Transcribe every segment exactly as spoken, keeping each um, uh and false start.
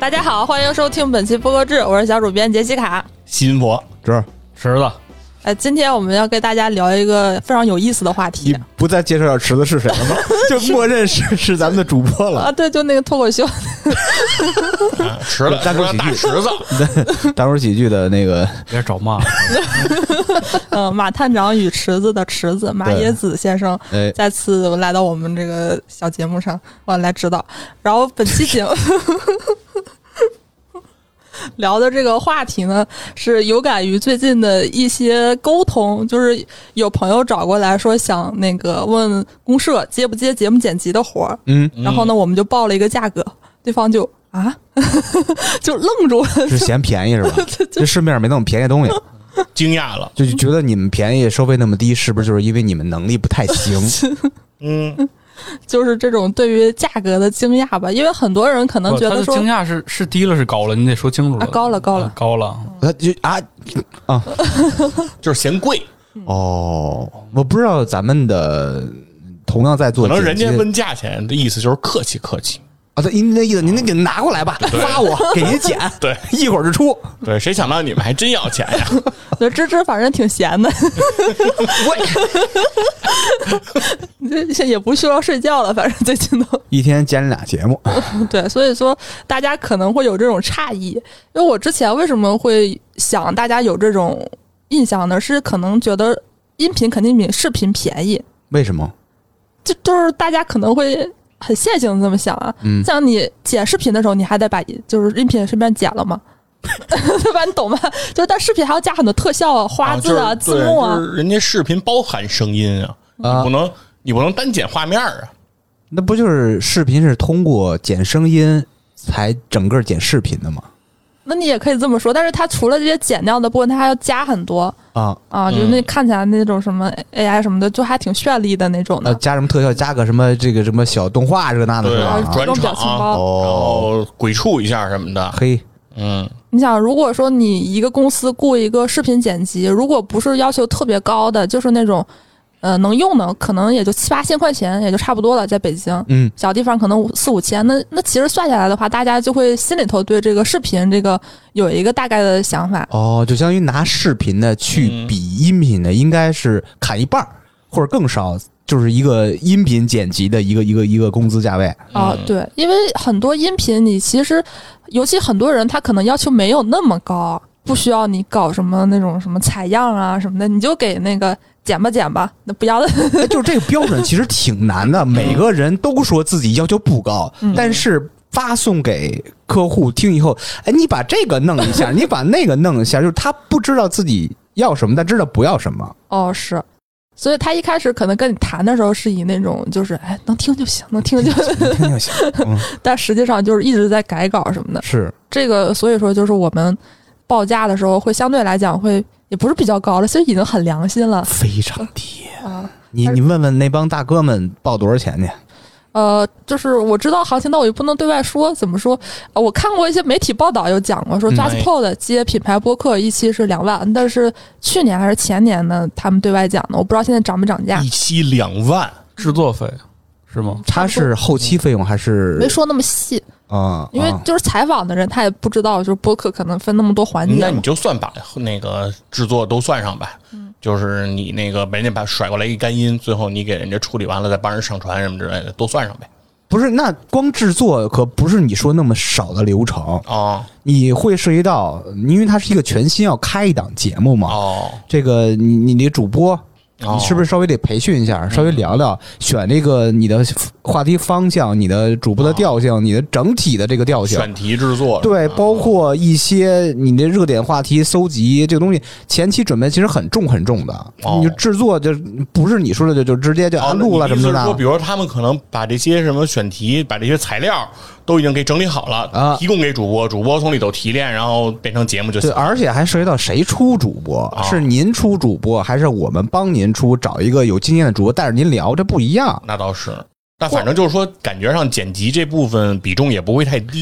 大家好，欢迎收听本期播客志，我是小主编杰西卡。 新佛这池子， 呃，今天我们要跟大家聊一个非常有意思的话题。 你不再介绍小池子是谁了吗？就默认是是咱们的主播了啊？对，就那个脱口秀， 啊、池子， 单口喜剧， 池子， 单口喜剧的那个， 别找骂。 嗯，马探长与池子的池子马野子先生再次来到我们这个小节目上，我来指导。然后本期节目。聊的这个话题呢，是有感于最近的一些沟通，就是有朋友找过来说想那个问公社接不接节目剪辑的活儿， 嗯， 然后呢我们就报了一个价格，对方就啊就愣住了， 是嫌便宜是吧？这市面上没那么便宜的东西， 惊讶了， 就觉得你们便宜收费那么低，是不是就是因为你们能力不太行？ 嗯。 就是这种对于价格的惊讶吧，因为很多人可能觉得说惊讶是是低了是高了，你得说清楚了。 啊、高了高了、啊、 高了， 他就啊啊， 就是嫌贵哦。我不知道咱们的同样在做， 可能人家问价钱的意思就是客气客气啊。他您那意思，您给拿过来吧，发我给您剪， 对， 一会儿就出。 对，谁想到你们还真要钱呀？ 对，芝芝反正挺闲的，这也不需要睡觉了，反正最近都一天剪俩节目。 对，所以说大家可能会有这种诧异，因为我之前为什么会想大家有这种印象呢？是可能觉得音频肯定比视频便宜。 为什么？ 就就是大家可能会很线性的这么想啊， 嗯， 像你剪视频的时候，你还得把就是音频顺便剪了吗？对吧？你懂吗？就是但视频还要加很多特效啊、花字啊、 啊字幕啊。 就是人家视频包含声音啊，啊你不能你不能单剪画面啊。 那不就是视频是通过剪声音才整个剪视频的吗？ 那你也可以这么说，但是它除了这些剪掉的部分，它还要加很多啊啊，就是那看起来那种什么 A I 什么的，就还挺绚丽的那种的。 呃、加什么特效，加个什么这个什么小动画这个那的， 对啊， 转场， 表情包， 然后鬼畜一下什么的。 嘿， 嗯， 你想，如果说你一个公司雇一个视频剪辑，如果不是要求特别高的，就是那种。呃，能用的可能也就七八千块钱，也就差不多了，在北京， 嗯， 小地方可能四五千。那那其实算下来的话，大家就会心里头对这个视频这个有一个大概的想法。 哦，就相当于拿视频的去比音频的，应该是砍一半或者更少，就是一个音频剪辑的一个一个一个工资价位。 啊、哦，对，因为很多音频你其实，尤其很多人他可能要求没有那么高，不需要你搞什么那种什么采样啊什么的，你就给那个。剪吧剪吧，那不要的。 哎，就是这个标准其实挺难的，每个人都说自己要求不高，嗯、但是发送给客户听以后，哎，你把这个弄一下，你把那个弄一下，就是他不知道自己要什么，但知道不要什么。 哦，是，所以他一开始可能跟你谈的时候是以那种就是哎能听就行，能听就行， 能听就行。嗯、 但实际上就是一直在改稿什么的。 是这个，所以说就是我们报价的时候会相对来讲会。也不是比较高了，其实已经很良心了， 非常低啊！ 你你问问那帮大哥们报多少钱去？ 呃，就是我知道行情，但我也不能对外说。怎么说？呃、我看过一些媒体报道，有讲过说 JustPod 接品牌播客一期是两万，但是去年还是前年呢，他们对外讲的，我不知道现在涨没涨价。 一期两万制作费是吗？ 它是后期费用还是？ 没说那么细。 啊、嗯， 因为就是采访的人，他也不知道，就是播客可能分那么多环节。 那你就算把那个制作都算上吧，嗯、就是你那个人家把甩过来一干音，最后你给人家处理完了，再帮人上传什么之类的，都算上呗。 不是，那光制作可不是你说那么少的流程哦， 你会涉及到，因为它是一个全新要开一档节目嘛， 哦， 这个你你的主播。你是不是稍微得培训一下，哦、稍微聊聊，选这个你的话题方向、你的主播的调性、哦、你的整体的这个调性， 选题制作， 对，包括一些你的热点话题搜集，这个东西前期准备其实很重很重的。哦、你就制作就不是你说的就就直接就录了什么的。 说，比如说他们可能把这些什么选题、把这些材料都已经给整理好了，啊、提供给主播，主播从里头提炼，然后变成节目就行。 对，而且还涉及到谁出主播，哦、是您出主播，还是我们帮您出？找一个有经验的主播带着您聊，这不一样。 那倒是，但反正就是说，感觉上剪辑这部分比重也不会太低。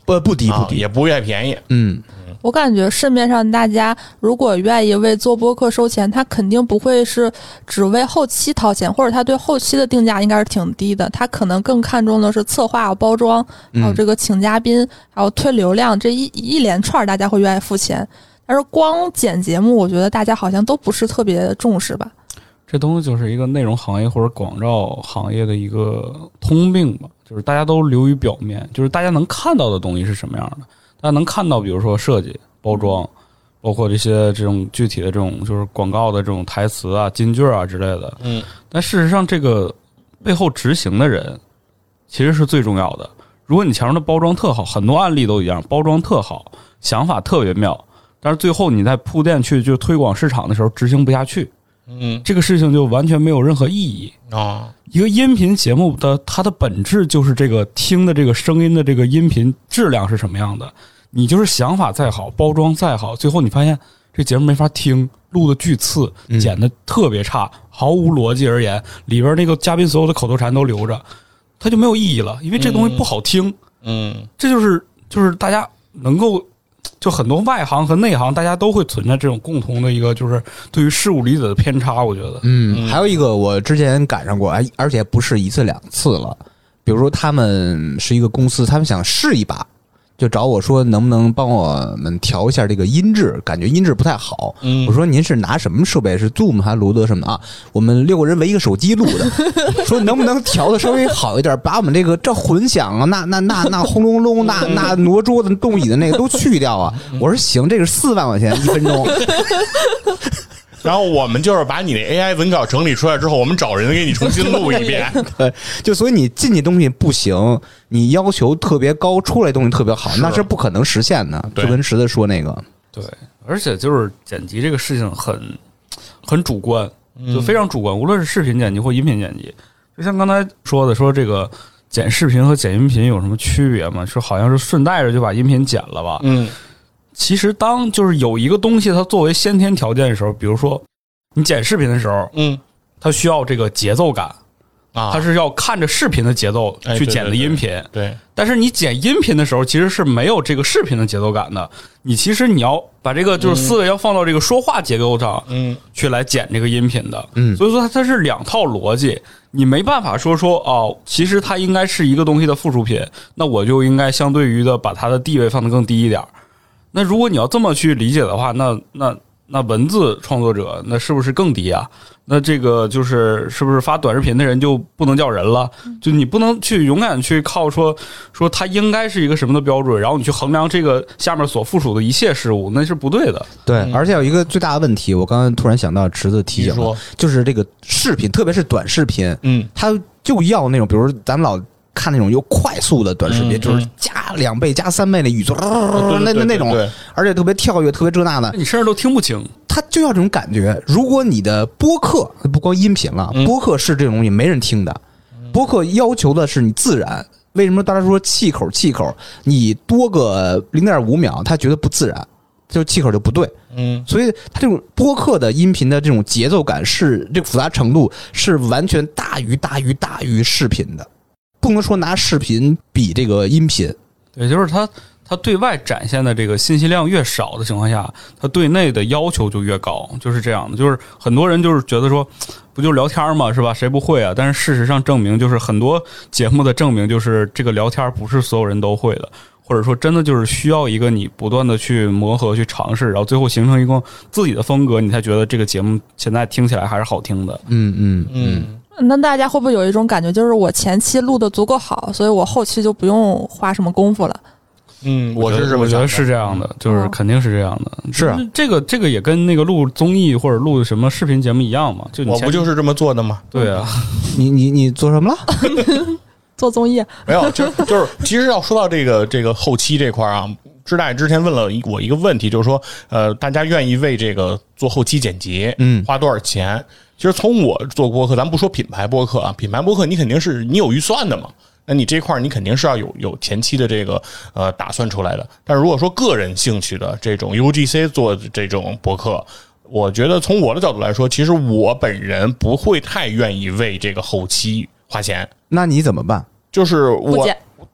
不不低不低， 啊，也不会太便宜。 嗯。 我感觉市面上大家如果愿意为做播客收钱，他肯定不会是只为后期掏钱，或者他对后期的定价应该是挺低的，他可能更看重的是策划、包装，还有这个请嘉宾，还有推流量这一一连串大家会愿意付钱。但是光剪节目，我觉得大家好像都不是特别重视吧。 这东西就是一个内容行业或者广告行业的一个通病吧，就是大家都流于表面，就是大家能看到的东西是什么样的。大家能看到，比如说设计、包装，包括这些这种具体的这种就是广告的这种台词啊、金句啊之类的。 嗯， 但事实上，这个背后执行的人其实是最重要的。如果你前面的包装特好，很多案例都一样，包装特好，想法特别妙，但是最后你在铺垫去就推广市场的时候执行不下去， 嗯， 这个事情就完全没有任何意义啊。 一个音频节目的它的本质就是这个听的这个声音的这个音频质量是什么样的。你就是想法再好，包装再好，最后你发现这节目没法听，录的巨次，剪的特别差，嗯、毫无逻辑而言，里边那个嘉宾所有的口头禅都留着，它就没有意义了，因为这东西不好听。 嗯， 这就是就是大家能够。就很多外行和内行，大家都会存在这种共同的一个，就是对于事物理解的偏差。我觉得， 嗯，还有一个我之前赶上过，哎，而且不是一次两次了。比如说，他们是一个公司，他们想试一把，就找我说能不能帮我们调一下这个音质，感觉音质不太好。 嗯， 我说您是拿什么设备？是 Zoom 还是罗德什么的啊？我们六个人围一个手机录的，说能不能调的稍微好一点，把我们这个这混响啊，那那那那轰隆隆，那那挪桌子动椅的那个都去掉啊。我说行，这个四万块钱一分钟。 然后我们就是把你的 A I 文稿整理出来之后，我们找人给你重新录一遍。 对，就所以你进去东西不行，你要求特别高，出来东西特别好，那是不可能实现的。就跟石子说那个， 对，而且就是剪辑这个事情很很主观，就非常主观，无论是视频剪辑或音频剪辑。就像刚才说的，说这个剪视频和剪音频有什么区别吗？说好像是顺带着就把音频剪了吧？ 嗯。 其实，当就是有一个东西它作为先天条件的时候，比如说你剪视频的时候， 嗯， 它需要这个节奏感啊， 它是要看着视频的节奏去剪的音频。 哎、对, 对, 对, 对， 但是你剪音频的时候，其实是没有这个视频的节奏感的。你其实你要把这个就是思维要放到这个说话结构上，嗯，去来剪这个音频的。嗯，所以说它它是两套逻辑，你没办法说说哦，其实它应该是一个东西的附属品，那我就应该相对于的把它的地位放得更低一点。那如果你要这么去理解的话，那那那文字创作者那是不是更低啊？那这个就是是不是发短视频的人就不能叫人了？就你不能去勇敢去靠说说他应该是一个什么的标准，然后你去衡量这个下面所附属的一切事物，那是不对的。 对，而且有一个最大的问题，我刚刚突然想到池子提醒了，就是这个视频，特别是短视频，嗯，他就要那种，比如咱们老。看那种又快速的短视频，嗯、就是加两倍、加三倍的语速，嗯、那那那种，而且特别跳跃、特别这那的， 你甚至都听不清。 他就要这种感觉。如果你的播客不光音频了， 嗯、 播客是这种东西没人听的，播客要求的是你自然。为什么大家说气口气口？你多个零点五秒，他觉得不自然，就气口就不对。嗯，所以他这种播客的音频的这种节奏感是这个复杂程度是完全大于大于大于视频的。不能说拿视频比这个音频， 也就是它它对外展现的这个信息量越少的情况下，它对内的要求就越高，就是这样的。就是很多人就是觉得说，不就聊天嘛，是吧？谁不会啊？但是事实上证明，就是很多节目的证明，就是这个聊天不是所有人都会的，或者说真的就是需要一个你不断的去磨合、去尝试，然后最后形成一个自己的风格，你才觉得这个节目现在听起来还是好听的。 嗯嗯嗯。 那大家会不会有一种感觉，就是我前期录的足够好，所以我后期就不用花什么功夫了？ 嗯，我是我觉得是这样的，就是肯定是这样的。 是啊， 这个这个也跟那个录综艺或者录什么视频节目一样嘛。就你我不就是这么做的吗？ 对啊， 你你你做什么了？ 做综艺没有，就就是其实要说到这个这个后期这块啊，知大爷之前问了我一个问题，就是说呃，大家愿意为这个做后期剪辑，嗯，花多少钱？其实从我做播客，咱不说品牌播客啊，品牌播客你肯定是你有预算的嘛，那你这块你肯定是要有有前期的这个呃打算出来的。但是如果说个人兴趣的这种 U G C 做这种播客，我觉得从我的角度来说，其实我本人不会太愿意为这个后期花钱。 那你怎么办？ 就是我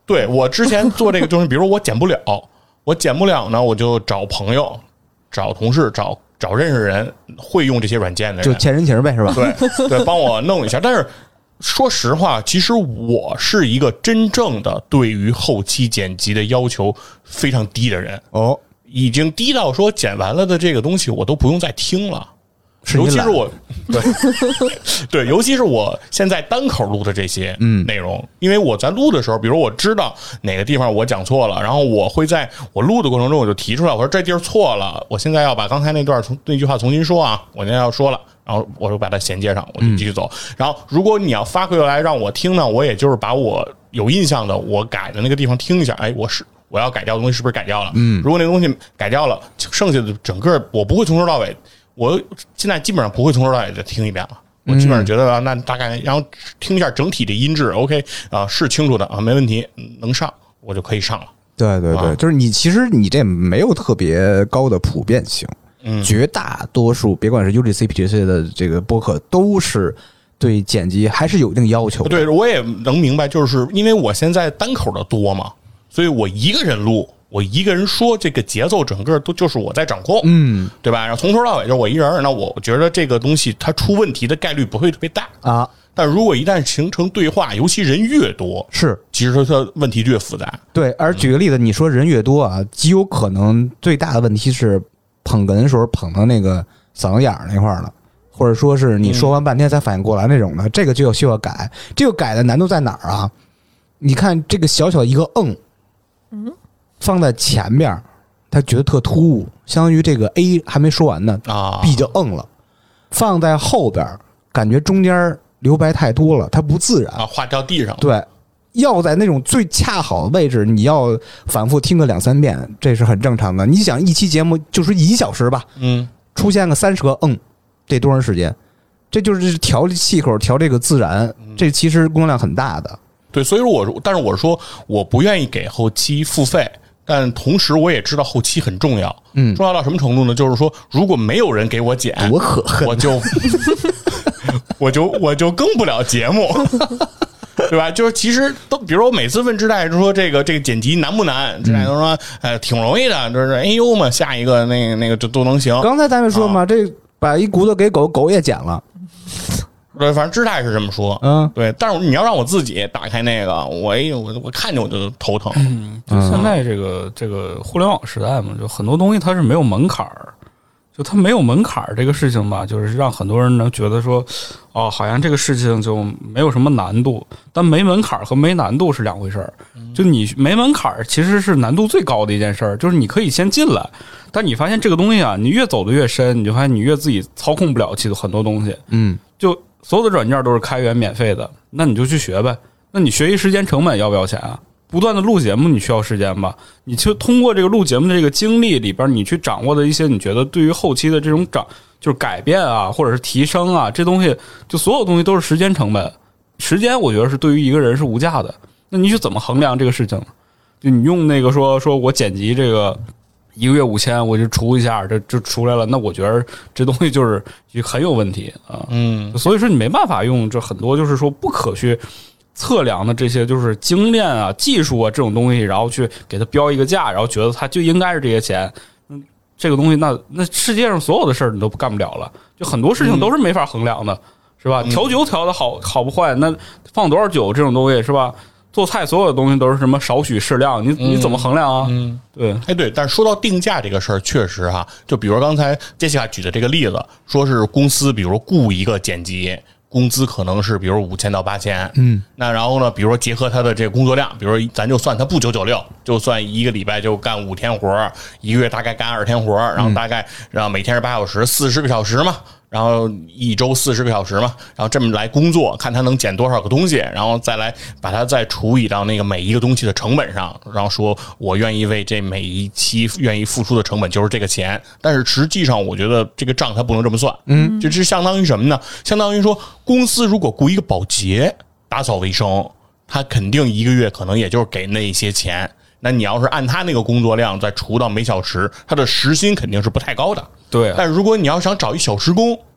对，我之前做这个就是，比如我剪不了，我剪不了呢，我就找朋友、找同事、找找认识人会用这些软件的人， 就欠人情呗，是吧？ 对对，帮我弄一下。但是说实话，其实我是一个真正的对于后期剪辑的要求非常低的人哦， 已经低到说剪完了的这个东西我都不用再听了。尤其是我，对对，尤其是我现在单口录的这些内容，嗯，因为我在录的时候，比如我知道哪个地方我讲错了，然后我会在我录的过程中我就提出来，我说这地儿错了，我现在要把刚才那段从那句话重新说啊，我现在要说了，然后我就把它衔接上，我就继续走。嗯，然后如果你要发回来让我听呢，我也就是把我有印象的我改的那个地方听一下，哎，我是我要改掉的东西是不是改掉了？嗯，如果那个东西改掉了，剩下的整个我不会从头到尾。我现在基本上不会从头到尾再听一遍了，我基本上觉得啊，那大概然后听一下整体的音质 ，OK 啊，是清楚的啊，没问题，能上我就可以上了。 对对对，啊，就是你其实你这没有特别高的普遍性，嗯，绝大多数别管是 U G C、P G C 的这个播客都是对剪辑还是有一定要求的。 对，我也能明白，就是因为我现在单口的多嘛，所以我一个人录。我一个人说，这个节奏整个都就是我在掌控，嗯，对吧？然后从头到尾就是我一人，那我觉得这个东西它出问题的概率不会特别大啊。但如果一旦形成对话，尤其人越多， 是其实它问题越复杂。 对，而举个例子，你说人越多啊，极有可能最大的问题是捧哏的时候捧到那个嗓子眼儿那块儿了，或者说是你说完半天才反应过来那种的，嗯，这个就要需要改。这个改的难度在哪儿啊？你看这个小小一个嗯，嗯。放在前面他觉得特突兀，相当于这个 A 还没说完呢啊 ，B 就嗯了。放在后边感觉中间留白太多了，它不自然啊，画掉地上了。 对，要在那种最恰好的位置，你要反复听个两三遍，这是很正常的。你想一期节目就是一小时吧，嗯，出现个三十个嗯，这多长时间？这就是调气口，调这个自然，这其实工作量很大的。 对，所以说我，但是我说我不愿意给后期付费。但同时我也知道后期很重要，嗯，重要到什么程度呢？就是说，如果没有人给我剪， 多可恨， 我就我就我就更不了节目，对吧？就是其实都，比如我每次问志代说这个这个剪辑难不难，志代都说呃挺容易的，就是哎呦嘛，下一个那个那个就都能行。 刚才咱们说嘛，啊，这把一骨头给狗，狗也剪了。 对，反正姿态是这么说，嗯，对。但是你要让我自己打开那个，我哎我我看见我就头疼。 嗯，就现在这个这个互联网时代嘛，就很多东西它是没有门槛儿，就它没有门槛儿这个事情吧，就是让很多人能觉得说，哦，好像这个事情就没有什么难度。但没门槛儿和没难度是两回事儿。就你没门槛儿其实是难度最高的一件事儿，就是你可以先进来，但你发现这个东西啊，你越走得越深，你就发现你越自己操控不了其实很多东西。嗯，就。所有的软件都是开源免费的，那你就去学呗。那你学习时间成本要不要钱啊？不断的录节目，你需要时间吧？你就通过这个录节目的这个经历里边，你去掌握的一些你觉得对于后期的这种长就是改变啊，或者是提升啊，这东西就所有东西都是时间成本。时间我觉得是对于一个人是无价的。那你去怎么衡量这个事情？就你用那个说说我剪辑这个。一个月五千，我就除一下，这就出来了。那我觉得这东西就是很有问题啊。嗯，所以说你没办法用这很多就是说不可去测量的这些就是精炼啊、技术啊这种东西，然后去给它标一个价，然后觉得它就应该是这些钱。嗯，这个东西那那世界上所有的事儿你都干不了了，就很多事情都是没法衡量的，嗯、是吧？调酒调的好好不坏，那放多少酒这种东西是吧？做菜所有的东西都是什么少许适量，你你怎么衡量啊？嗯，对， 哎对，但是说到定价这个事儿，确实哈，就比如刚才杰西卡举的这个例子，说是公司比如雇一个剪辑，工资可能是比如五千到八千，嗯，那然后呢，比如说结合他的这个工作量，比如说咱就算他不九九六，就算一个礼拜就干五天活，一个月大概干二天活，然后大概然后每天是八小时，四十个小时嘛。然后一周四十个小时嘛，然后这么来工作，看他能减多少个东西，然后再来把它再除以到那个每一个东西的成本上，然后说我愿意为这每一期愿意付出的成本就是这个钱。但是实际上，我觉得这个账它不能这么算，嗯，这是相当于什么呢？相当于说，公司如果雇一个保洁打扫卫生，他肯定一个月可能也就是给那一些钱。那你要是按他那个工作量再除到每小时，他的时薪肯定是不太高的。 对， 但如果你要想找一小时工，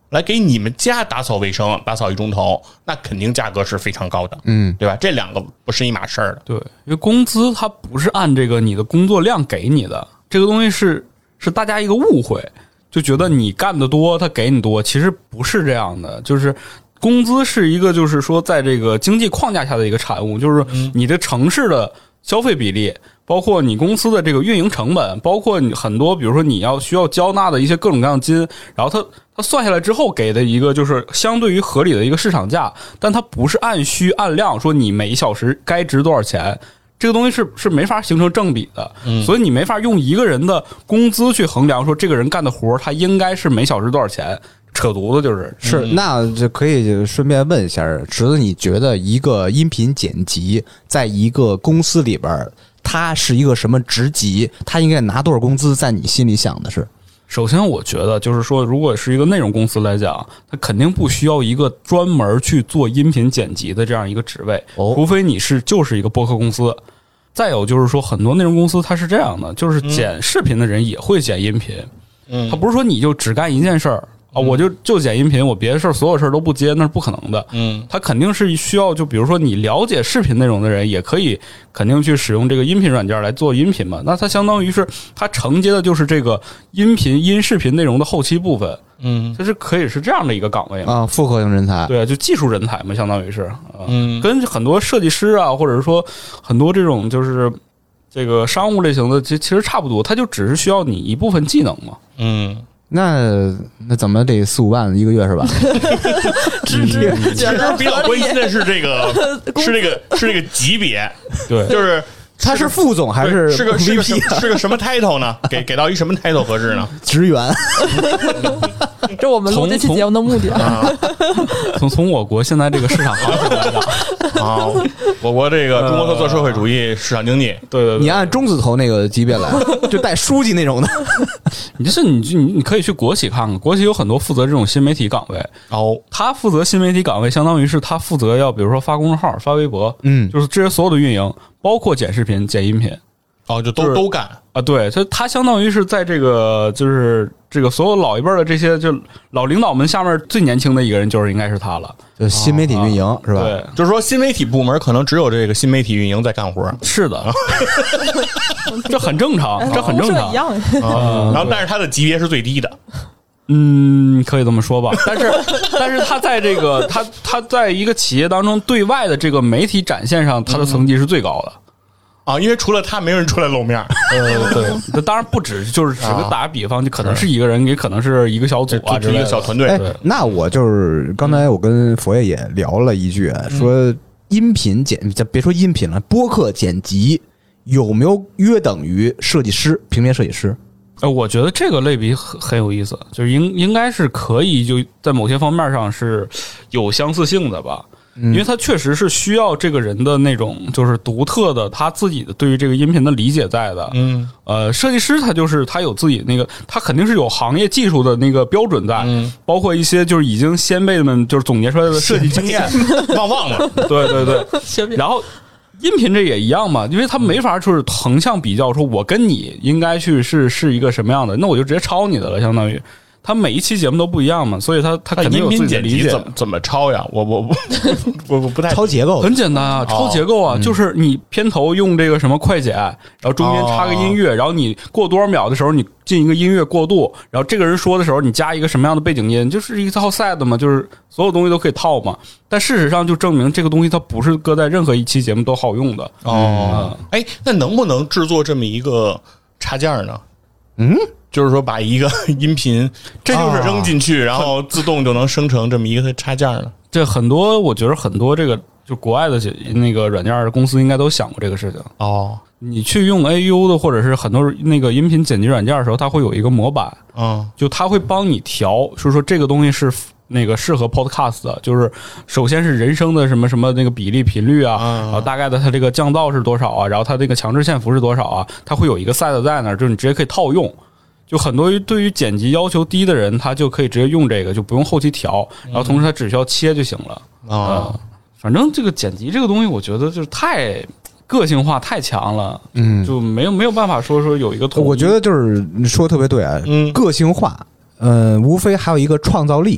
来给你们家打扫卫生，打扫一钟头，那肯定价格是非常高的，嗯，对吧？这两个不是一码事儿的。 对，因为工资它不是按这个你的工作量给你的，这个东西是是大家一个误会，就觉得你干得多，他给你多，其实不是这样的。就是工资是一个，就是说在这个经济框架下的一个产物，就是你的城市的消费比例。包括你公司的这个运营成本，包括你很多，比如说你要需要交纳的一些各种各样的金，然后它它算下来之后给的一个就是相对于合理的一个市场价，但它不是按需按量说你每小时该值多少钱，这个东西是是没法形成正比的，嗯，所以你没法用一个人的工资去衡量说这个人干的活他应该是每小时多少钱。扯犊子就是是，那就可以就顺便问一下，池子，你觉得一个音频剪辑在一个公司里边，他是一个什么职级？他应该拿多少工资？在你心里想的是？ 首先，我觉得就是说，如果是一个内容公司来讲，他肯定不需要一个专门去做音频剪辑的这样一个职位，哦，除非你是就是一个播客公司。再有就是说，很多内容公司它是这样的，就是剪视频的人也会剪音频，嗯，他不是说你就只干一件事儿。啊，我就就剪音频，我别的事儿所有事儿都不接，那是不可能的。嗯，他肯定是需要，就比如说你了解视频内容的人，也可以肯定去使用这个音频软件来做音频嘛。那它相当于是它承接的就是这个音频音视频内容的后期部分。嗯，这是可以是这样的一个岗位嘛？ 啊，复合型人才。 对啊，就技术人才嘛，相当于是啊，嗯，跟很多设计师啊，或者是说很多这种就是这个商务类型的，其其实差不多，它就只是需要你一部分技能嘛。 嗯。 那那怎么得四五万一个月是吧？ 其实比较关心的是这个，是这个是这个级别，对，就是他是副总还是是个是个是个什么 title 呢？给给到一什么 title 合适呢？ 职员。 这我们录这期节目的目的啊。 从从我国现在这个市场行情来讲， 啊，我国这个中国特色社会主义市场经济， 对对对， 你按中字头那个级别来，就带书记那种的。 你就是你你你可以去国企看看，国企有很多负责这种新媒体岗位。 哦， 他负责新媒体岗位，相当于是他负责要比如说发公众号、发微博，嗯，就是这些所有的运营，包括剪视频、剪音频。 哦，就都、就是、都干啊！对，他他相当于是在这个就是这个所有老一辈的这些就老领导们下面最年轻的一个人，就是应该是他了。 就新媒体运营、啊、是吧？ 对， 就是说新媒体部门可能只有这个新媒体运营在干活。 是的，这很正常，这很正常。 一样。 啊，然后但是他的级别是最低的。 嗯，可以这么说吧。但是，但是他在这个他他在一个企业当中对外的这个媒体展现上，他的层级是最高的。 啊，因为除了他，没人出来露面。 呃，对，当然不止，就是只个打个比方，就可能是一个人，也可能是一个小组啊， 一个小团队。 哎，那我就是刚才我跟佛爷也聊了一句，说音频剪，别说音频了，播客剪辑有没有约等于设计师、平面设计师？ 呃，我觉得这个类比很很有意思，就是应应该是可以就在某些方面上是有相似性的吧。因为他确实是需要这个人的那种就是独特的他自己的对于这个音频的理解在的。嗯，呃，设计师他就是他有自己那个，他肯定是有行业技术的那个标准在，嗯，包括一些就是已经先辈们就是总结出来的设计经验， 忘忘了， 对对对，然后。音频这也一样嘛，因为他没法就是横向比较，说我跟你应该去是是一个什么样的，那我就直接抄你的了，相当于。他每一期节目都不一样嘛，所以他他肯定有自己的理解。 怎么怎么抄呀？我我我我不太抄结构， 很简单啊，抄结构啊，哦、就是你片头用这个什么快剪，然后中间插个音乐，哦、然后你过多少秒的时候你进一个音乐过渡，然后这个人说的时候你加一个什么样的背景音，就是一套 set 嘛，就是所有东西都可以套嘛。但事实上就证明这个东西它不是搁在任何一期节目都好用的。 哦，哎、嗯，那能不能制作这么一个插件呢？嗯。就是说，把一个音频，这就是扔进去，啊、然后自动就能生成这么一个插件了。 这很多，我觉得很多这个就国外的那个软件公司应该都想过这个事情。 哦， 你去用 A U 的或者是很多那个音频剪辑软件的时候，它会有一个模板，嗯，就它会帮你调，就是说这个东西是那个适合 podcast 的，就是首先是人声的什么什么那个比例频率啊，嗯、然后大概的它这个降噪是多少啊，然后它这个强制线幅是多少啊，它会有一个 set 在那儿，就是你直接可以套用。就很多对于剪辑要求低的人，他就可以直接用这个，就不用后期调，然后同时他只需要切就行了啊、嗯呃。反正这个剪辑这个东西，我觉得就是太个性化太强了，嗯，就没有没有办法说说有一个统一。 我觉得就是你说的特别对啊，嗯，个性化，呃，无非还有一个创造力。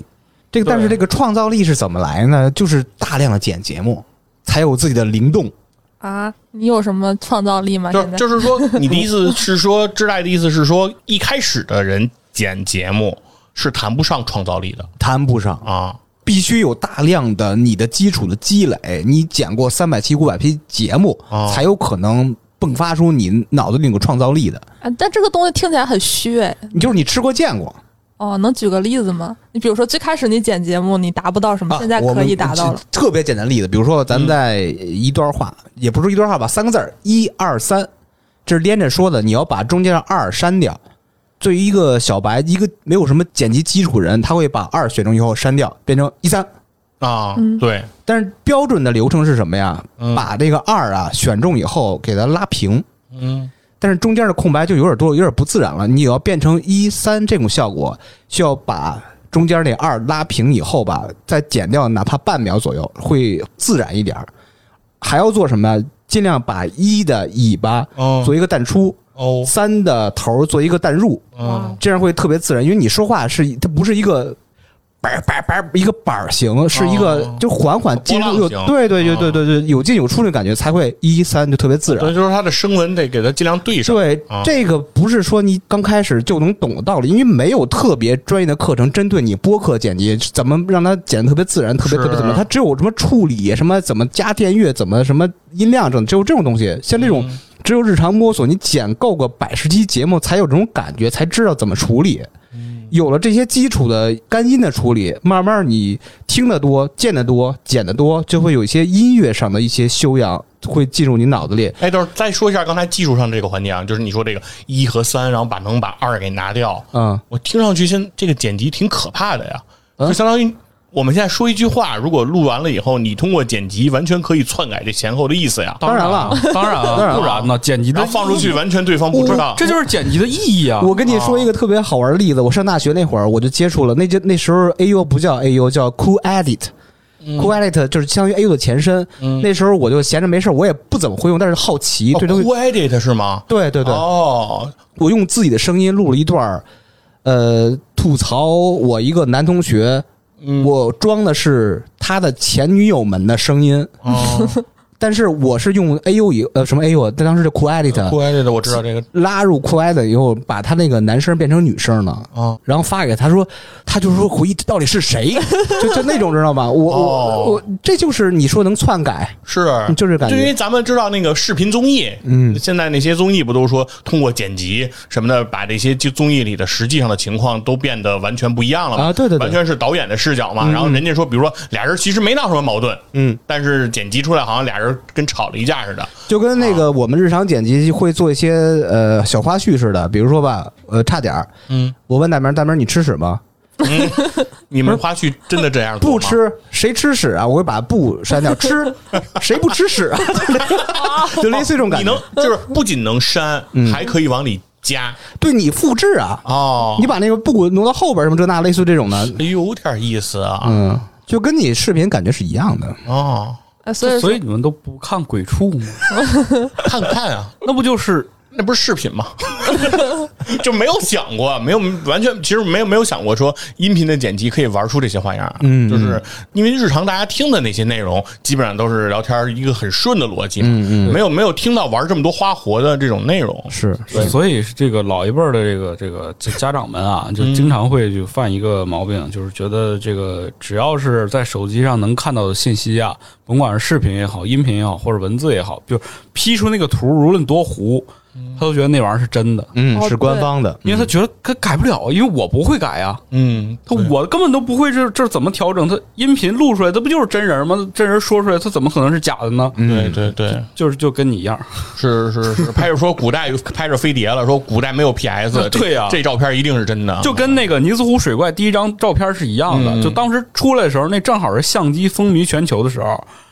这个但是这个创造力是怎么来呢？就是大量的剪节目，才有自己的灵动啊。你有什么创造力吗？ 就就是说，你的意思是说，知代的意思是说，一开始的人剪节目是谈不上创造力的， 谈不上啊， 必须有大量的你的基础的积累，你剪过三百期、五百期节目，啊，才有可能迸发出你脑子里有创造力的。 啊，但这个东西听起来很虚哎。 你就是你吃过见过。 哦，能举个例子吗？你比如说最开始你剪节目你达不到什么，啊，现在可以达到了。 特别简单的例子，比如说咱们在一段话，嗯，也不是一段话吧，三个字儿，一二三，这是连着说的，你要把中间的二删掉。对于一个小白，一个没有什么剪辑基础人，他会把二选中以后删掉，变成一三啊，对。 但是标准的流程是什么呀？嗯，把这个二啊选中以后给它拉平，嗯。但是中间的空白就有点多，有点不自然了。你要变成一三这种效果，需要把中间那二拉平以后吧，再减掉哪怕半秒左右，会自然一点。还要做什么？尽量把一的尾巴做一个淡出，哦，三的头做一个淡入，哦，这样会特别自然。因为你说话是它不是一个板板板一个板型，是一个就缓缓进入，对对对对对对，有进有出的感觉，才会一三就特别自然。 对，就是它的声纹得给它尽量对上。 对，这个不是说你刚开始就能懂的道理，因为没有特别专业的课程针对你播客剪辑怎么让它剪得特别自然，特别特别怎么，它只有什么处理，什么怎么加电乐，怎么什么音量，只有这种东西。像这种只有日常摸索，你剪够个百十期节目才有这种感觉，才知道怎么处理。有了这些基础的干音的处理，慢慢你听得多、见得多、剪得多，就会有一些音乐上的一些修养会进入你脑子里。 哎，等会儿再说一下刚才技术上这个环节啊，就是你说这个一和三，然后把能把二给拿掉。嗯，我听上去现这个剪辑挺可怕的呀，嗯，就相当于我们现在说一句话，如果录完了以后，你通过剪辑完全可以篡改这前后的意思呀。 当然了， 当然了，不然呢？剪辑的放出去，完全对方不知道， 这就是剪辑的意义啊！ 我跟你说一个特别好玩的例子，我上大学那会儿我就接触了，那就那时候 A U 不叫 A U， 叫 Cool Edit。Cool Edit 就是相当于 A U 的前身。嗯，那时候我就闲着没事，我也不怎么会用，但是好奇。对， Cool Edit 是吗？ 对对对。 哦， 我用自己的声音录了一段，呃，吐槽我一个男同学。嗯，我装的是他的前女友们的声音，哦，但是我是用 A U 以呃什么 A U， 当时是 Cool Edit，Cool Edit 我知道这个， 拉入 Cool Edit 以后，把他那个男生变成女生了，啊，然后发给他说，他就说回忆到底是谁，就就那种知道吗？我、哦、我我这就是你说能篡改， 是就是感觉， 因为咱们知道那个视频综艺，嗯，现在那些综艺不都说通过剪辑什么的，把这些综艺里的实际上的情况都变得完全不一样了嘛？ 啊，对对对， 完全是导演的视角嘛。嗯、然后人家说，比如说俩人其实没闹什么矛盾，嗯，但是剪辑出来好像俩人跟吵了一架似的， 就跟那个我们日常剪辑会做一些呃小花絮似的，比如说吧，呃，差点嗯，我问大明，大明你吃屎吗？ 嗯，你们花絮真的这样做吗？ 不吃，谁吃屎啊？我会把不删掉，吃谁不吃屎啊？就类似这种感觉， 你能就是不仅能删，嗯、还可以往里加， 对你复制啊，哦，你把那个不挪到后边什么这那，类似这种的， 哎呦，有点意思啊， 嗯，就跟你视频感觉是一样的哦。 所以所以你们都不看鬼畜吗？ 看看啊， 那不就是那不是视频吗？就没有想过，没有完全，其实没有没有想过说音频的剪辑可以玩出这些花样。嗯，就是因为日常大家听的那些内容，基本上都是聊天一个很顺的逻辑嘛，嗯嗯，没有没有听到玩这么多花活的这种内容。 是， 所以这个老一辈的这个这个家长们啊，就经常会就犯一个毛病，嗯、就是觉得这个只要是在手机上能看到的信息啊，甭管是视频也好、音频也好，或者文字也好，就 P 出那个图，无论多糊。他都觉得那玩意儿是真的， 嗯，是官方的， 因为他觉得他改不了，因为我不会改啊，嗯，他我根本都不会这这怎么调整，他音频录出来，这不就是真人吗？真人说出来，他怎么可能是假的呢？ 对对对， 就是就跟你一样， 是是是，拍着说古代拍着飞碟了，说古代没有 P S， 对呀、啊， 这照片一定是真的， 就跟那个尼斯湖水怪第一张照片是一样的，嗯、就当时出来的时候，那正好是相机风靡全球的时候。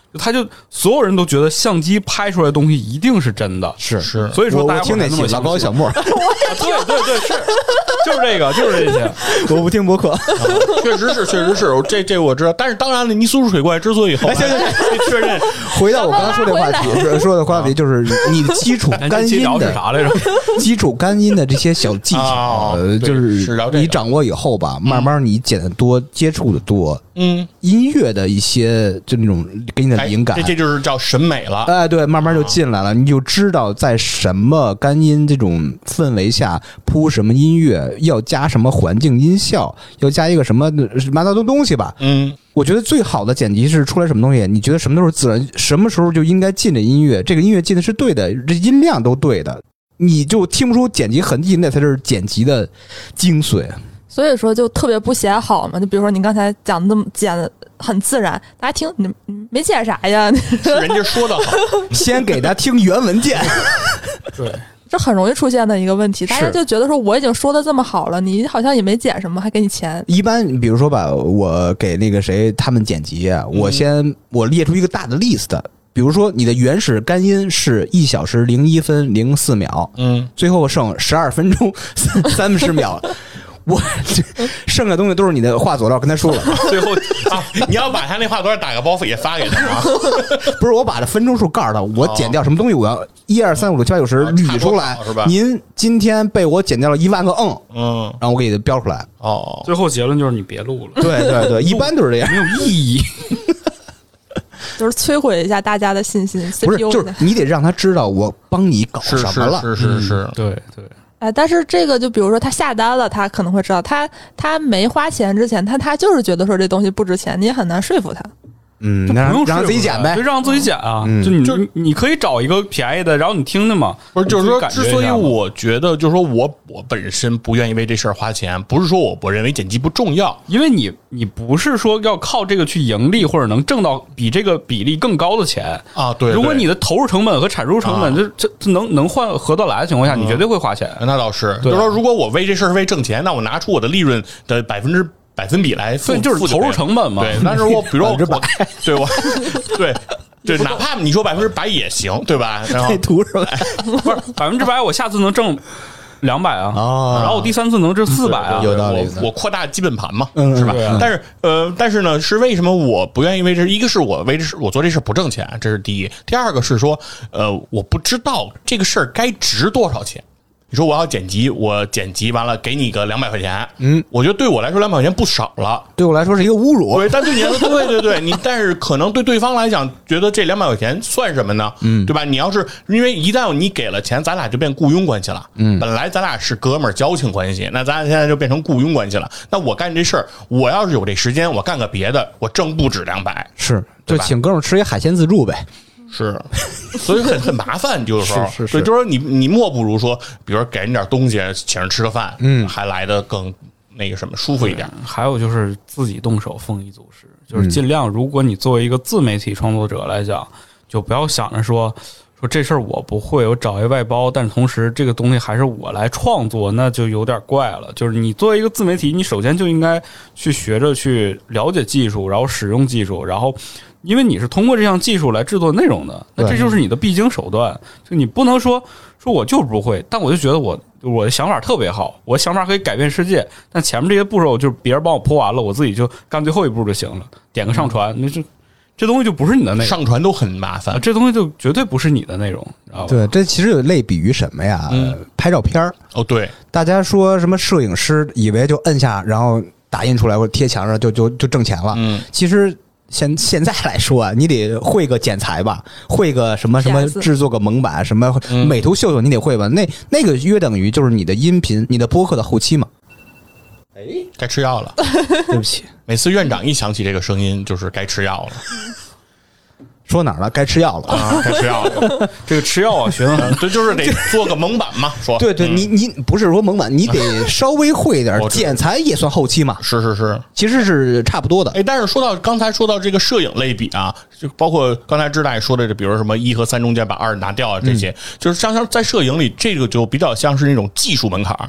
他就所有人都觉得相机拍出来的东西一定是真的， 是是， 所以说大家我听那期老高小莫， 对对对，是就是这个，就是这些。 我不听播客， 确实是，确实是，这这我知道。但是当然了，泥塑入水怪之所以后来被确认， 回到我刚才说的话题，说的话题就是你的基础干音的啥来着？ 基础干音的这些小技巧，呃，就是你掌握以后吧，慢慢你剪的多，接触的多，嗯，音乐的一些就那种给你的灵感， 这这就是叫审美了。 哎，对，慢慢就进来了，你就知道在什么干音这种氛围下铺什么音乐，要加什么环境音效，要加一个什么什么的东西吧。嗯，我觉得最好的剪辑是出来什么东西，你觉得什么都是自然，什么时候就应该进这音乐，这个音乐进的是对的，这音量都对的，你就听不出剪辑痕迹，那才是剪辑的精髓。 所以说就特别不写好嘛，就比如说你刚才讲的那么剪的很自然，大家听你没剪啥呀？ 是人家说的好， 先给他听原文键。 对， 这很容易出现的一个问题，大家就觉得说我已经说的这么好了，你好像也没剪什么，还给你钱。 一般比如说吧，我给那个谁他们剪辑，我先我列出一个大的 list。比如说，你的原始干音是一小时零一分零四秒，嗯，最后剩十二分钟三十秒，我剩下的东西都是你的话佐料，跟他说了。 最后啊，你要把他那话佐料打个包袱也发给他吗？ 不是，我把这分钟数告诉他，我剪掉什么东西，我要一二三五六七八九十捋出来， 是吧？ 您今天被我剪掉了一万个嗯嗯，然后我给他标出来。 哦， 最后结论就是你别录了。 对对对，一般都是这样， 没有意义。 就是摧毁一下大家的信心。 不是，就是你得让他知道我帮你搞什么了。 是是是是， 嗯、对对。 哎，但是这个就比如说他下单了，他可能会知道，他他没花钱之前，他他就是觉得说这东西不值钱，你也很难说服他。 嗯，那让让自己剪呗， 就让自己剪啊！嗯、就你就你可以找一个便宜的，然后你听听嘛。 不是，就是说，之所以我觉得，就是说我我本身不愿意为这事儿花钱，不是说我我认为剪辑不重要， 因为你你不是说要靠这个去盈利，或者能挣到比这个比例更高的钱啊。对， 如果你的投入成本和产出成本这这、啊、能能换合得来的情况下，你绝对会花钱。 嗯、那倒是，就是说，如果我为这事儿是为挣钱，那我拿出我的利润的百分之。百分比来付， 就是投入成本嘛。 对，但是我比如说我，对我，对对，哪怕你说百分之百也行，对吧？然后图什么？ 不是百分之百，我下次能挣两百啊，哦、然后我第三次能挣四百啊， 有道理。 我我扩大基本盘嘛，嗯、是吧？啊、但是呃，但是呢，是为什么我不愿意为这？一个是我为这事，我做这事不挣钱，这是第一；第二个是说，呃，我不知道这个事儿该值多少钱。你说我要剪辑，我剪辑完了给你个两百块钱，嗯，我觉得对我来说两百块钱不少了， 对我来说是一个侮辱。 对，但对你来说，对对对，你但是可能对对方来讲，觉得这两百块钱算什么呢？嗯，对吧？你要是因为一旦你给了钱，咱俩就变雇佣关系了。嗯，本来咱俩是哥们儿交情关系，那咱俩现在就变成雇佣关系了。那我干这事儿，我要是有这时间，我干个别的，我挣不止两百， 是就请哥们儿吃一海鲜自助呗。 是，所以很很麻烦，就是说， 是是是， 所以就是说你你莫不如说，比如说给人点东西，请人吃个饭，嗯，还来得更那个什么舒服一点。 还有就是自己动手，丰衣足食，就是尽量，如果你作为一个自媒体创作者来讲，就不要想着说说这事儿我不会，我找一外包，但是同时这个东西还是我来创作，那就有点怪了。就是你作为一个自媒体，你首先就应该去学着去了解技术，然后使用技术，然后。因为你是通过这项技术来制作内容的，那这就是你的必经手段。就你不能说说我就不会，但我就觉得我我的想法特别好，我想法可以改变世界。但前面这些步骤就是别人帮我铺完了，我自己就干最后一步就行了，点个上传，那这这东西就不是你的内容， 上传都很麻烦， 这东西就绝对不是你的内容。 对，这其实有类比于什么呀？嗯、拍照片哦，对， 大家说什么摄影师以为就摁下，然后打印出来或者贴墙上就就就挣钱了。嗯，其实。现现在来说啊，你得会个剪裁吧，会个什么什么制作个蒙版，什么美图秀秀你得会吧？那那个约等于就是你的音频、你的播客的后期嘛。 哎，该吃药了， 对不起， 每次院长一想起这个声音，就是该吃药了。 说哪儿了？该吃药了啊！该吃药了。 这个吃药啊，学的对，就是得做个蒙版嘛。说对对，嗯、你你不是说蒙版，你得稍微会一点，剪裁也算后期嘛。 是是是， 其实是差不多的。 哎，但是说到刚才说到这个摄影类比啊，就包括刚才知大爷说的，比如什么一和三中间把二拿掉啊，这些、嗯、就是像像在摄影里，这个就比较像是那种技术门槛。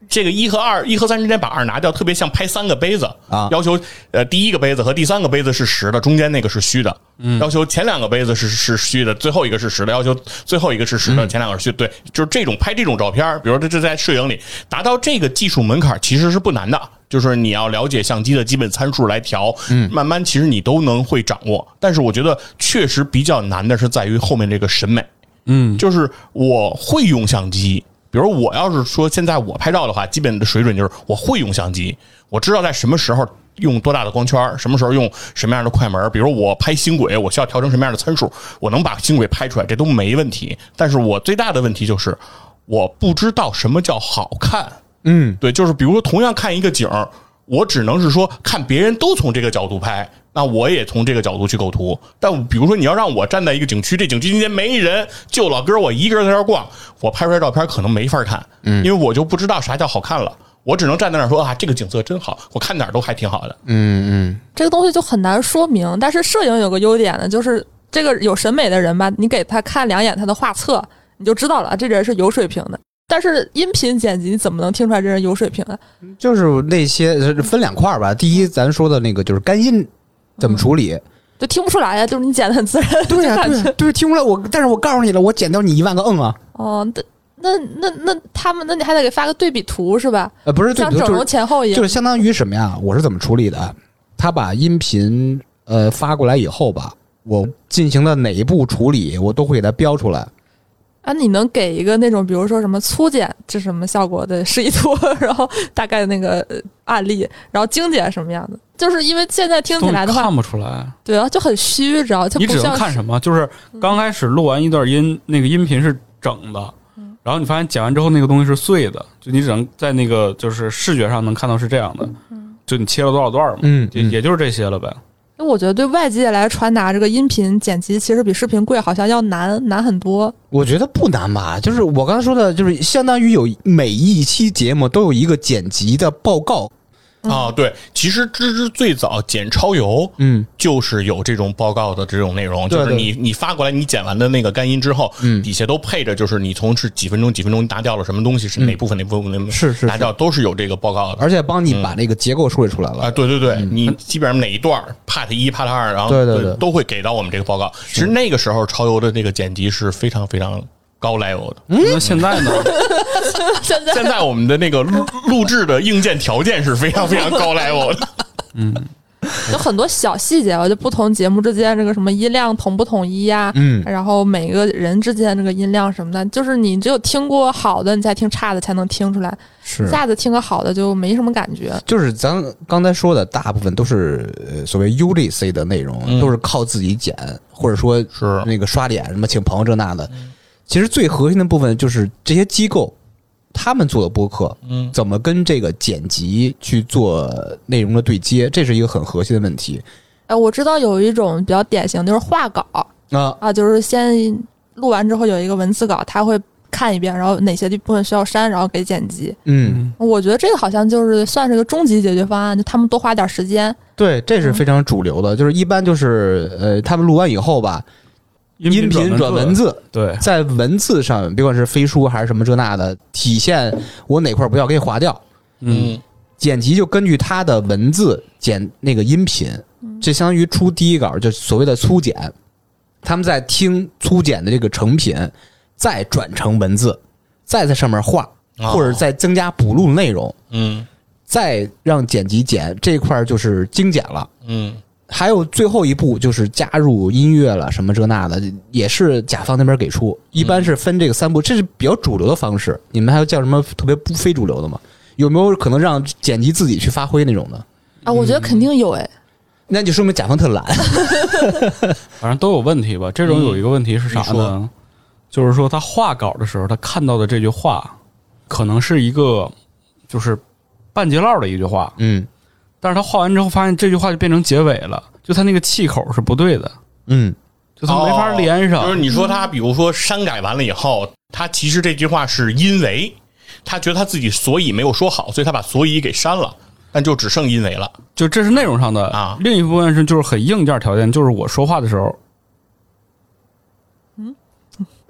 这个一和二一和三之间把二拿掉，特别像拍三个杯子啊，要求呃第一个杯子和第三个杯子是实的，中间那个是虚的，嗯，要求前两个杯子是是虚的，最后一个是实的，要求最后一个是实的，前两个是虚的，对，就是这种拍这种照片，比如说这在摄影里达到这个技术门槛其实是不难的，就是你要了解相机的基本参数来调，嗯，慢慢其实你都能会掌握，但是我觉得确实比较难的是在于后面这个审美，嗯，就是我会用相机。比如我要是说现在我拍照的话，基本的水准就是我会用相机，我知道在什么时候用多大的光圈，什么时候用什么样的快门。比如我拍星轨，我需要调整什么样的参数，我能把星轨拍出来，这都没问题。但是我最大的问题就是我不知道什么叫好看。嗯，对，就是比如说同样看一个景，我只能是说看别人都从这个角度拍，那我也从这个角度去构图。但比如说你要让我站在一个景区，这景区今天没人，就老哥我一个人在这逛，我拍出来照片可能没法看，嗯，因为我就不知道啥叫好看了，我只能站在那儿说啊，这个景色真好，我看哪儿都还挺好的。 嗯嗯， 这个东西就很难说明。但是摄影有个优点呢，就是这个有审美的人吧，你给他看两眼他的画册，你就知道了，这人是有水平的。但是音频剪辑怎么能听出来这人有水平啊？ 就是那些分两块吧。第一，咱说的那个就是干音怎么处理，嗯、 就听不出来呀，就是你剪的很自然。 对呀、啊，对、啊，对，听不出来。我但是我告诉你了，我剪掉你一万个嗯啊。 哦，那那那那他们，那你还得给发个对比图是吧？ 呃，不是对比图， 像整容前后一样， 就是相当于什么呀？我是怎么处理的？他把音频呃发过来以后吧，我进行的哪一步处理，我都会给他标出来。 啊，你能给一个那种，比如说什么粗剪这什么效果的示意图，然后大概那个案例，然后精简什么样的？就是因为现在听起来的话看不出来， 对啊，就很虚，知道？ 你只能看什么？就是刚开始录完一段音，那个音频是整的，嗯、然后你发现剪完之后那个东西是碎的，就你只能在那个就是视觉上能看到是这样的，嗯、就你切了多少段嘛，嗯，也也就是这些了呗。 那我觉得对外界来传达这个音频剪辑，其实比视频贵，好像要难难很多。 我觉得不难吧，就是我刚才说的，就是相当于有每一期节目都有一个剪辑的报告。 啊、哦，对，其实芝芝最早剪超游，嗯，就是有这种报告的这种内容，就是你你发过来，你剪完的那个干音之后，嗯，底下都配着，就是你从是几分钟几分钟拿掉了什么东西，是哪部分哪部分是是拿掉，都是有这个报告的， 而且帮你把那个结构梳理出来了啊、嗯，对对对，嗯、你基本上哪一段 part 一 part 二，然后对对对都会给到我们这个报告。其实那个时候超游的这个剪辑是非常非常高 level 的。 嗯，那现在呢？ 现在现在我们的那个录录制的硬件条件是非常非常高 level 的。 嗯， 有很多小细节，就不同节目之间这个什么音量统不统一呀、啊，嗯，然后每个人之间这个音量什么的，就是你只有听过好的，你才听差的才能听出来。 是， 一下子听个好的就没什么感觉。 就是咱刚才说的大部分都是所谓 U G C 的内容，嗯、都是靠自己剪，或者说是那个刷脸什么请朋友这那的。嗯、其实最核心的部分就是这些机构。他们做的播客，嗯，怎么跟这个剪辑去做内容的对接，这是一个很核心的问题。 哎，我知道有一种比较典型，就是画稿啊啊，就是先录完之后有一个文字稿，他会看一遍，然后哪些部分需要删，然后给剪辑。嗯，我觉得这个好像就是算是个终极解决方案，就他们多花点时间。 对，这是非常主流的，嗯、就是一般就是呃，他们录完以后吧。音频转文字， 对， 在文字上，别管是飞书还是什么这那的，体现我哪块不要给你划掉。嗯，剪辑就根据它的文字剪那个音频，这相当于出第一稿，就所谓的粗剪。他们在听粗剪的这个成品，再转成文字，再在上面画，或者再增加补录内容。嗯，再让剪辑剪这一块就是精简了。嗯。还有最后一步就是加入音乐了，什么这那的，也是甲方那边给出。一般是分这个三步，这是比较主流的方式。你们还有叫什么特别不非主流的吗？有没有可能让剪辑自己去发挥那种的？ 啊，我觉得肯定有哎。 那就说明甲方特懒。 反正都有问题吧。这种有一个问题是啥呢？嗯、就是说他画稿的时候，他看到的这句话，可能是一个就是半截唠的一句话。嗯。但是他画完之后发现这句话就变成结尾了，就他那个气口是不对的，嗯，就他没法连上。 哦、就是你说他比如说删改完了以后，他其实这句话是因为他觉得他自己所以没有说好，所以他把所以给删了，但就只剩因为了。 就这是内容上的啊，另一部分是就是很硬件条件，就是我说话的时候， 嗯，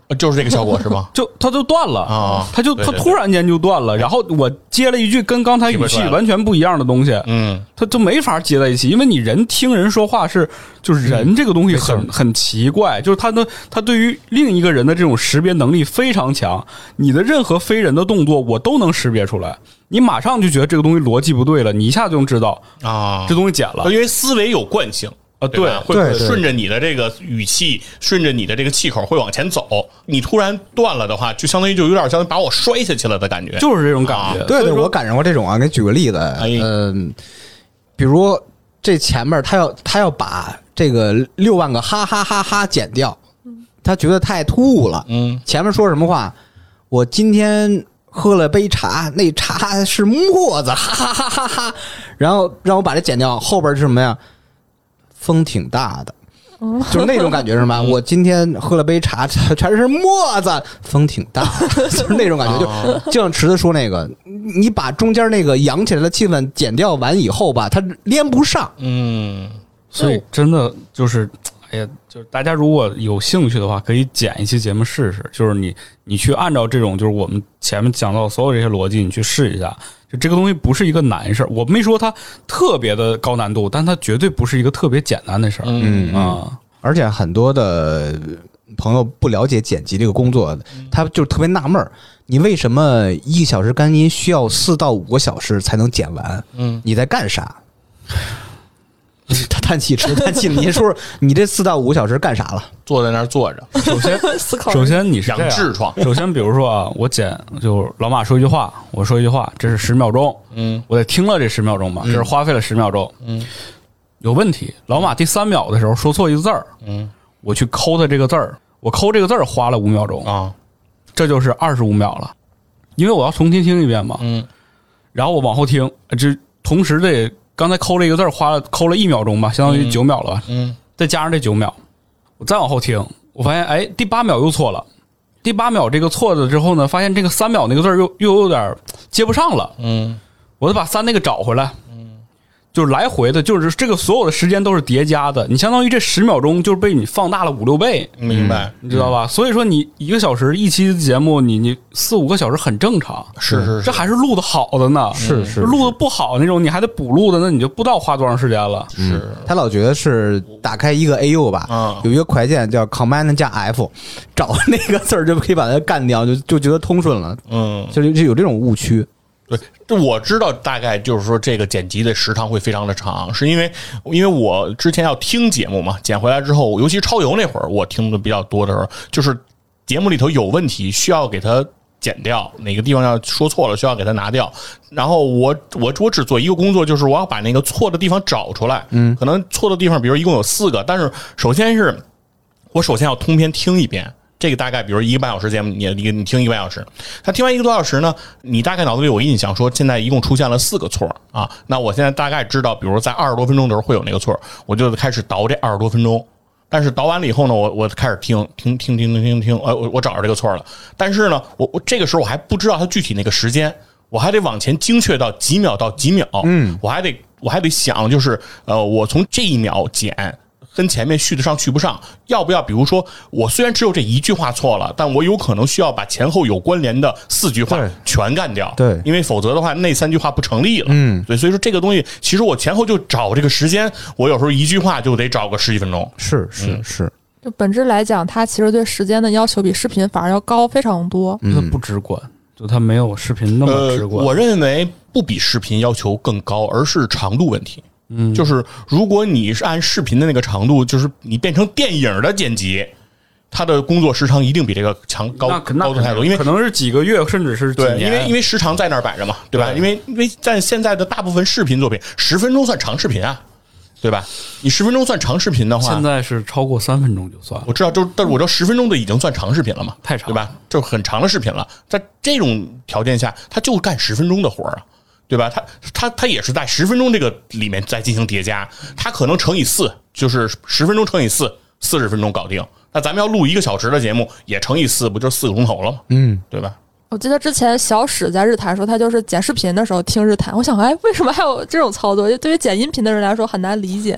就是这个效果是吗？ 就它就断了啊， 它就对对对它突然间就断了，然后我接了一句跟刚才语气完全不一样的东西， 嗯， 它就没法接在一起，因为你人听人说话是就是人这个东西很、嗯、很奇怪，就是他的他对于另一个人的这种识别能力非常强，你的任何非人的动作我都能识别出来，你马上就觉得这个东西逻辑不对了，你一下就能知道啊， 这东西剪了， 因为思维有惯性。 啊，对， 会顺着你的这个语气，顺着你的这个气口会往前走。你突然断了的话，就相当于就有点像把我摔下去了的感觉， 就是这种感觉。 啊、对对，我赶上过这种啊。给你举个例子，嗯、呃，比如这前面他要他要把这个六万个哈哈哈哈剪掉，他觉得太突兀了。嗯，前面说什么话？我今天喝了杯茶，那茶是沫子，哈哈哈哈哈。然后让我把这剪掉，后边是什么呀？风挺大的，就是那种感觉是吧？我今天喝了杯茶，全是沫子，风挺大的，就是那种感觉。就就像池子说那个，你把中间那个扬起来的气氛剪掉完以后吧，它连不上。 嗯， 所以真的就是，哎呀，就是大家如果有兴趣的话，可以剪一期节目试试。就是你你去按照这种，就是我们前面讲到所有这些逻辑，你去试一下。就这个东西不是一个难事儿，我没说它特别的高难度，但它绝对不是一个特别简单的事儿。 嗯啊， 而且很多的朋友不了解剪辑这个工作，他就特别纳闷儿，你为什么一个小时干音需要四到五个小时才能剪完？嗯，你在干啥？他叹气，吃叹气了。您说说，你这四到五个小时干啥了？ 坐在那儿坐着。 首先， 思考。 首先你是养痔疮。 首先，比如说啊，我剪就老马说一句话，我说一句话，这是十秒钟。嗯，我得听了这十秒钟吧，这是花费了十秒钟。嗯，有问题。老马第三秒的时候说错一个字儿。嗯，我去抠他这个字儿，我抠这个字儿花了五秒钟啊，这就是二十五秒了，因为我要重新听一遍嘛。嗯，然后我往后听，这同时得。刚才抠这个字花了抠了一秒钟吧，相当于九秒了吧。嗯，再加上这九秒，我再往后听，我发现哎，第八秒又错了。第八秒这个错了之后呢，发现这个三秒那个字又又有点接不上了。嗯，我得把三那个找回来。嗯，就是来回的，就是这个所有的时间都是叠加的，你相当于这十秒钟就是被你放大了五六倍。 明白， 你知道吧？所以说你一个小时一期节目，你你四五个小时很正常。 是是是， 这还是录的好的呢。 是是， 录的不好那种，你还得补录的，那你就不知道花多长时间了。 是， 他老觉得是打开一个 A U 吧，嗯，有一个快键叫 Command 加 F， 找那个字儿就可以把它干掉，就就觉得通顺了。嗯，就就有这种误区。 对，这我知道，大概就是说这个剪辑的时长会非常的长，是因为因为我之前要听节目嘛，剪回来之后，尤其超游那会儿，我听的比较多的时候，就是节目里头有问题，需要给它剪掉，哪个地方要说错了，需要给它拿掉。然后我我我只做一个工作，就是我要把那个错的地方找出来。嗯，可能错的地方，比如一共有四个，但是首先是我首先要通篇听一遍。这个大概比如一个半小时节目，你你你听一个半小时，他听完一个多小时呢，你大概脑子里有印象，说现在一共出现了四个错啊。那我现在大概知道，比如在二十多分钟的时候会有那个错，我就开始倒这二十多分钟。但是倒完了以后呢，我我开始听听听听听听听，呃，我我找着这个错了。但是呢，我我这个时候我还不知道它具体那个时间，我还得往前精确到几秒到几秒，嗯，我还得我还得想，就是呃，我从这一秒剪。跟前面续得上续不上，要不要比如说我虽然只有这一句话错了，但我有可能需要把前后有关联的四句话全干掉， 对， 因为否则的话那三句话不成立了。嗯，对，所以说这个东西其实我前后就找这个时间，我有时候一句话就得找个十几分钟。 是是、嗯、是， 就本质来讲，它其实对时间的要求比视频反而要高非常多。 它不直观，就它没有视频那么直观。 呃、我认为不比视频要求更高，而是长度问题。嗯，就是如果你是按视频的那个长度，就是你变成电影的剪辑，它的工作时长一定比这个强高高度太多，因为可能是几个月甚至是几年。 对，因为因为时长在那儿摆着嘛，对吧？对，因为因为在现在的大部分视频作品，十分钟算长视频啊，对吧？你十分钟算长视频的话， 现在是超过三分钟就算了。 我知道，就但是我知道十分钟的已经算长视频了嘛， 太长， 对吧？就很长的视频了，在这种条件下，他就干十分钟的活啊。对吧？他他他也是在十分钟这个里面再进行叠加，他可能乘以四，就是十分钟乘以四，四十分钟搞定。那咱们要录一个小时的节目，也乘以四，不就四个钟头了吗？嗯，对吧？ 我记得之前小史在日坛说，他就是剪视频的时候听日坛，我想，哎，为什么还有这种操作？就对于剪音频的人来说很难理解。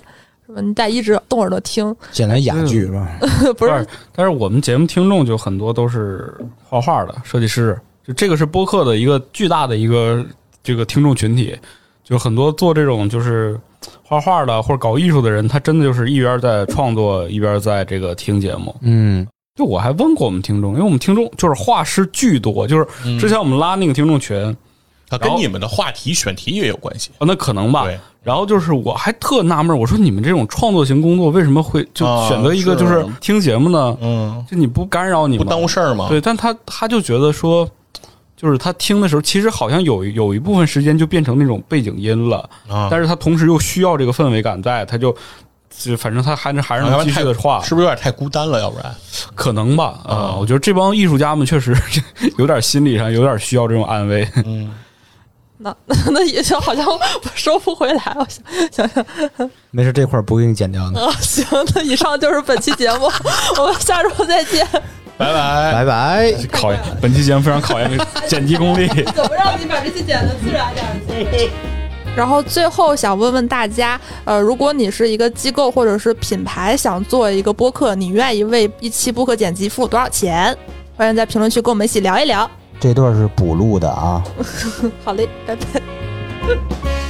是吧？你得一直动耳朵听， 简单雅剧是吧？ 不是， 但是我们节目听众就很多都是画画的设计师，就这个是播客的一个巨大的一个这个听众群体，就很多做这种就是画画的或者搞艺术的人，他真的就是一边在创作一边在这个听节目。 嗯。 就我还问过我们听众，因为我们听众就是画师巨多，就是之前我们拉那个听众群， 它跟你们的话题选题也有关系， 哦，那可能吧。 对。 然后就是我还特纳闷，我说你们这种创作型工作为什么会就选择一个就是听节目呢？ 嗯， 就你不干扰你吗？ 不耽误事儿吗？ 对，但他他就觉得说，就是他听的时候，其实好像有有一部分时间就变成那种背景音了，啊、但是他同时又需要这个氛围感在，他就。就反正他还是还是能继续的画， 是不是有点太孤单了？要不然可能吧啊、嗯！我觉得这帮艺术家们确实有点心理上有点需要这种安慰。 嗯， 那那也就好像收不回来，我想想想， 没事，这块儿不给你剪掉的。 啊，行，那以上就是本期节目，我们下周再见， 拜拜拜拜。 考验本期节目非常考验剪辑功力， 怎么让你把这期剪得自然点？然后最后想问问大家，呃，如果你是一个机构或者是品牌想做一个播客，你愿意为一期播客剪辑付多少钱？欢迎在评论区跟我们一起聊一聊。 这段是补录的啊。 好嘞，拜拜。